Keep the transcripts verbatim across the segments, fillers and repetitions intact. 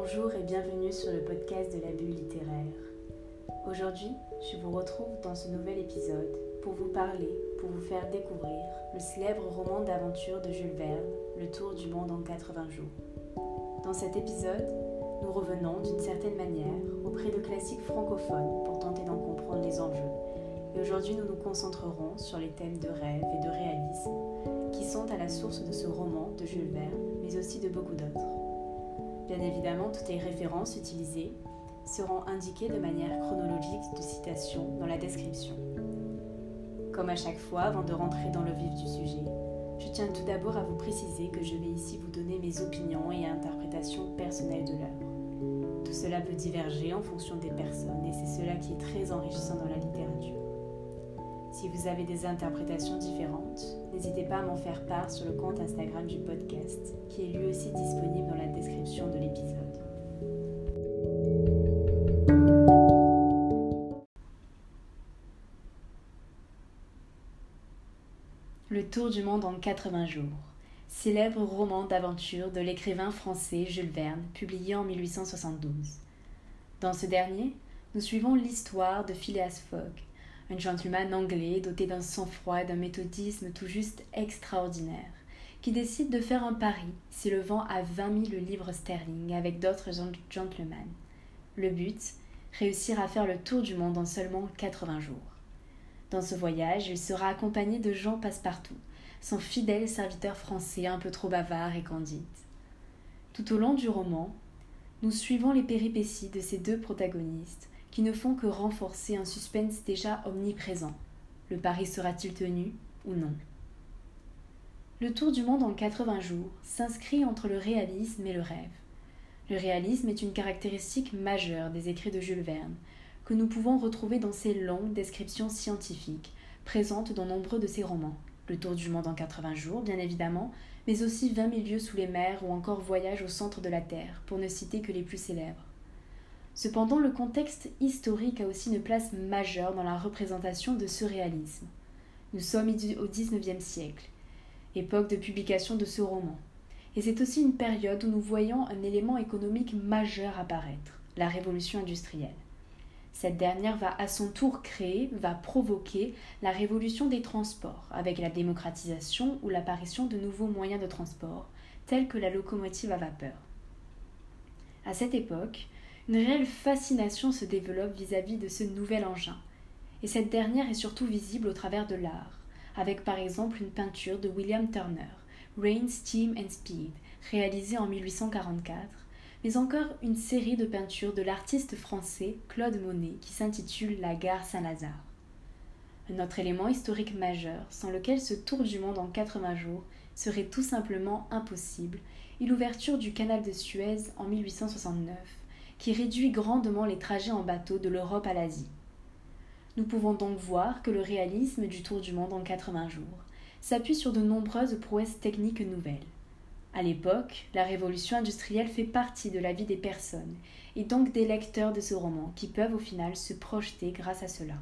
Bonjour et bienvenue sur le podcast de la bulle littéraire. Aujourd'hui, je vous retrouve dans ce nouvel épisode pour vous parler, pour vous faire découvrir le célèbre roman d'aventure de Jules Verne, Le Tour du monde en quatre-vingts jours. Dans cet épisode, nous revenons d'une certaine manière auprès de classiques francophones pour tenter d'en comprendre les enjeux. Et aujourd'hui, nous nous concentrerons sur les thèmes de rêve et de réalisme qui sont à la source de ce roman de Jules Verne, mais aussi de beaucoup d'autres. Bien évidemment, toutes les références utilisées seront indiquées de manière chronologique de citation dans la description. Comme à chaque fois, avant de rentrer dans le vif du sujet, je tiens tout d'abord à vous préciser que je vais ici vous donner mes opinions et interprétations personnelles de l'œuvre. Tout cela peut diverger en fonction des personnes et c'est cela qui est très enrichissant dans la littérature. Si vous avez des interprétations différentes, n'hésitez pas à m'en faire part sur le compte Instagram du podcast, qui est lui aussi disponible dans la description de l'épisode. Le Tour du monde en quatre-vingts jours, célèbre roman d'aventure de l'écrivain français Jules Verne, publié en mille huit cent soixante-douze. Dans ce dernier, nous suivons l'histoire de Phileas Fogg, un gentleman anglais doté d'un sang-froid et d'un méthodisme tout juste extraordinaire, qui décide de faire un pari s'élevant à vingt mille livres sterling avec d'autres gentlemen. Le but, réussir à faire le tour du monde en seulement quatre-vingts jours. Dans ce voyage, il sera accompagné de Jean Passepartout, son fidèle serviteur français un peu trop bavard et candide. Tout au long du roman, nous suivons les péripéties de ces deux protagonistes, qui ne font que renforcer un suspense déjà omniprésent. Le pari sera-t-il tenu ou non? Le Tour du monde en quatre-vingts jours s'inscrit entre le réalisme et le rêve. Le réalisme est une caractéristique majeure des écrits de Jules Verne, que nous pouvons retrouver dans ses longues descriptions scientifiques, présentes dans nombreux de ses romans. Le Tour du monde en quatre-vingts jours, bien évidemment, mais aussi vingt mille lieues sous les mers ou encore Voyage au centre de la Terre, pour ne citer que les plus célèbres. Cependant, le contexte historique a aussi une place majeure dans la représentation de ce réalisme. Nous sommes au dix-neuvième siècle, époque de publication de ce roman. Et c'est aussi une période où nous voyons un élément économique majeur apparaître, la révolution industrielle. Cette dernière va à son tour créer, va provoquer la révolution des transports, avec la démocratisation ou l'apparition de nouveaux moyens de transport, tels que la locomotive à vapeur. À cette époque, une réelle fascination se développe vis-à-vis de ce nouvel engin, et cette dernière est surtout visible au travers de l'art, avec par exemple une peinture de William Turner, Rain, Steam and Speed, réalisée en mille huit cent quarante-quatre, mais encore une série de peintures de l'artiste français Claude Monet qui s'intitule La gare Saint-Lazare. Un autre élément historique majeur, sans lequel ce tour du monde en quatre-vingts jours serait tout simplement impossible, est l'ouverture du canal de Suez en mille huit cent soixante-neuf, qui réduit grandement les trajets en bateau de l'Europe à l'Asie. Nous pouvons donc voir que le réalisme du Tour du monde en quatre-vingts jours s'appuie sur de nombreuses prouesses techniques nouvelles. À l'époque, la révolution industrielle fait partie de la vie des personnes et donc des lecteurs de ce roman qui peuvent au final se projeter grâce à cela.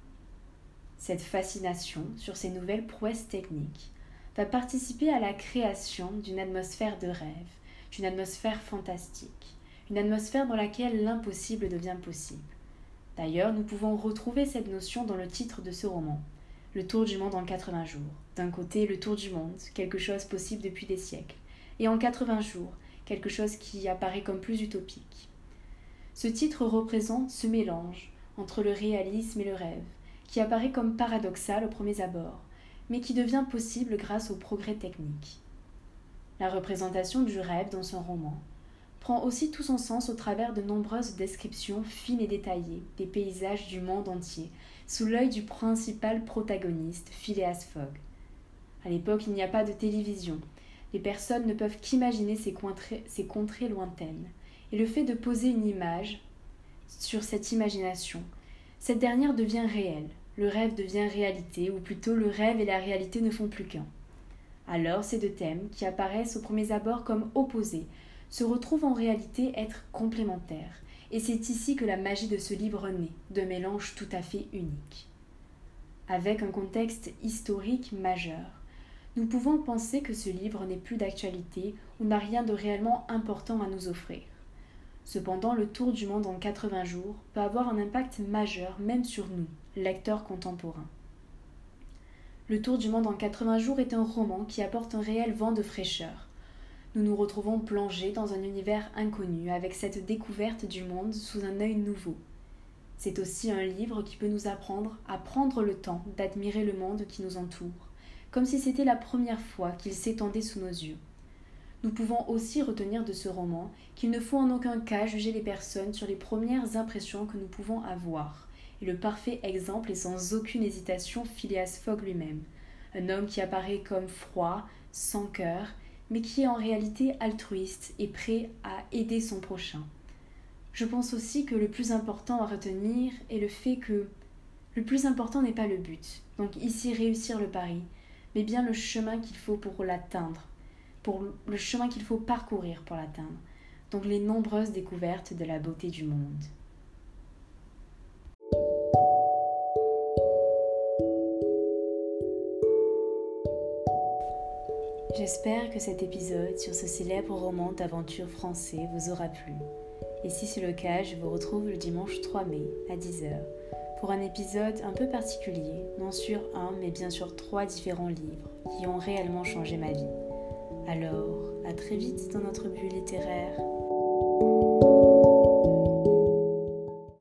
Cette fascination sur ces nouvelles prouesses techniques va participer à la création d'une atmosphère de rêve, d'une atmosphère fantastique, une atmosphère dans laquelle l'impossible devient possible. D'ailleurs, nous pouvons retrouver cette notion dans le titre de ce roman, Le Tour du monde en quatre-vingts jours. D'un côté, le Tour du monde, quelque chose possible depuis des siècles, et en quatre-vingts jours, quelque chose qui apparaît comme plus utopique. Ce titre représente ce mélange entre le réalisme et le rêve, qui apparaît comme paradoxal aux premiers abords, mais qui devient possible grâce au progrès technique. La représentation du rêve dans son roman prend aussi tout son sens au travers de nombreuses descriptions fines et détaillées des paysages du monde entier, sous l'œil du principal protagoniste, Phileas Fogg. À l'époque, il n'y a pas de télévision. Les personnes ne peuvent qu'imaginer ces contrées, ces contrées lointaines. Et le fait de poser une image sur cette imagination, cette dernière devient réelle. Le rêve devient réalité, ou plutôt le rêve et la réalité ne font plus qu'un. Alors, ces deux thèmes, qui apparaissent aux premiers abords comme opposés, se retrouvent en réalité être complémentaires, et c'est ici que la magie de ce livre naît, d'un mélange tout à fait unique. Avec un contexte historique majeur, nous pouvons penser que ce livre n'est plus d'actualité ou n'a rien de réellement important à nous offrir. Cependant, le tour du monde en quatre-vingts jours peut avoir un impact majeur même sur nous, lecteurs contemporains. Le tour du monde en quatre-vingts jours est un roman qui apporte un réel vent de fraîcheur. Nous nous retrouvons plongés dans un univers inconnu avec cette découverte du monde sous un œil nouveau. C'est aussi un livre qui peut nous apprendre à prendre le temps d'admirer le monde qui nous entoure, comme si c'était la première fois qu'il s'étendait sous nos yeux. Nous pouvons aussi retenir de ce roman qu'il ne faut en aucun cas juger les personnes sur les premières impressions que nous pouvons avoir. Et le parfait exemple est sans aucune hésitation Phileas Fogg lui-même, un homme qui apparaît comme froid, sans cœur, mais qui est en réalité altruiste et prêt à aider son prochain. Je pense aussi que le plus important à retenir est le fait que le plus important n'est pas le but, donc ici réussir le pari, mais bien le chemin qu'il faut pour l'atteindre, pour le chemin qu'il faut parcourir pour l'atteindre, donc les nombreuses découvertes de la beauté du monde. J'espère que cet épisode sur ce célèbre roman d'aventure français vous aura plu. Et si c'est le cas, je vous retrouve le dimanche trois mai à dix heures pour un épisode un peu particulier, non sur un mais bien sur trois différents livres qui ont réellement changé ma vie. Alors, à très vite dans notre bulle littéraire.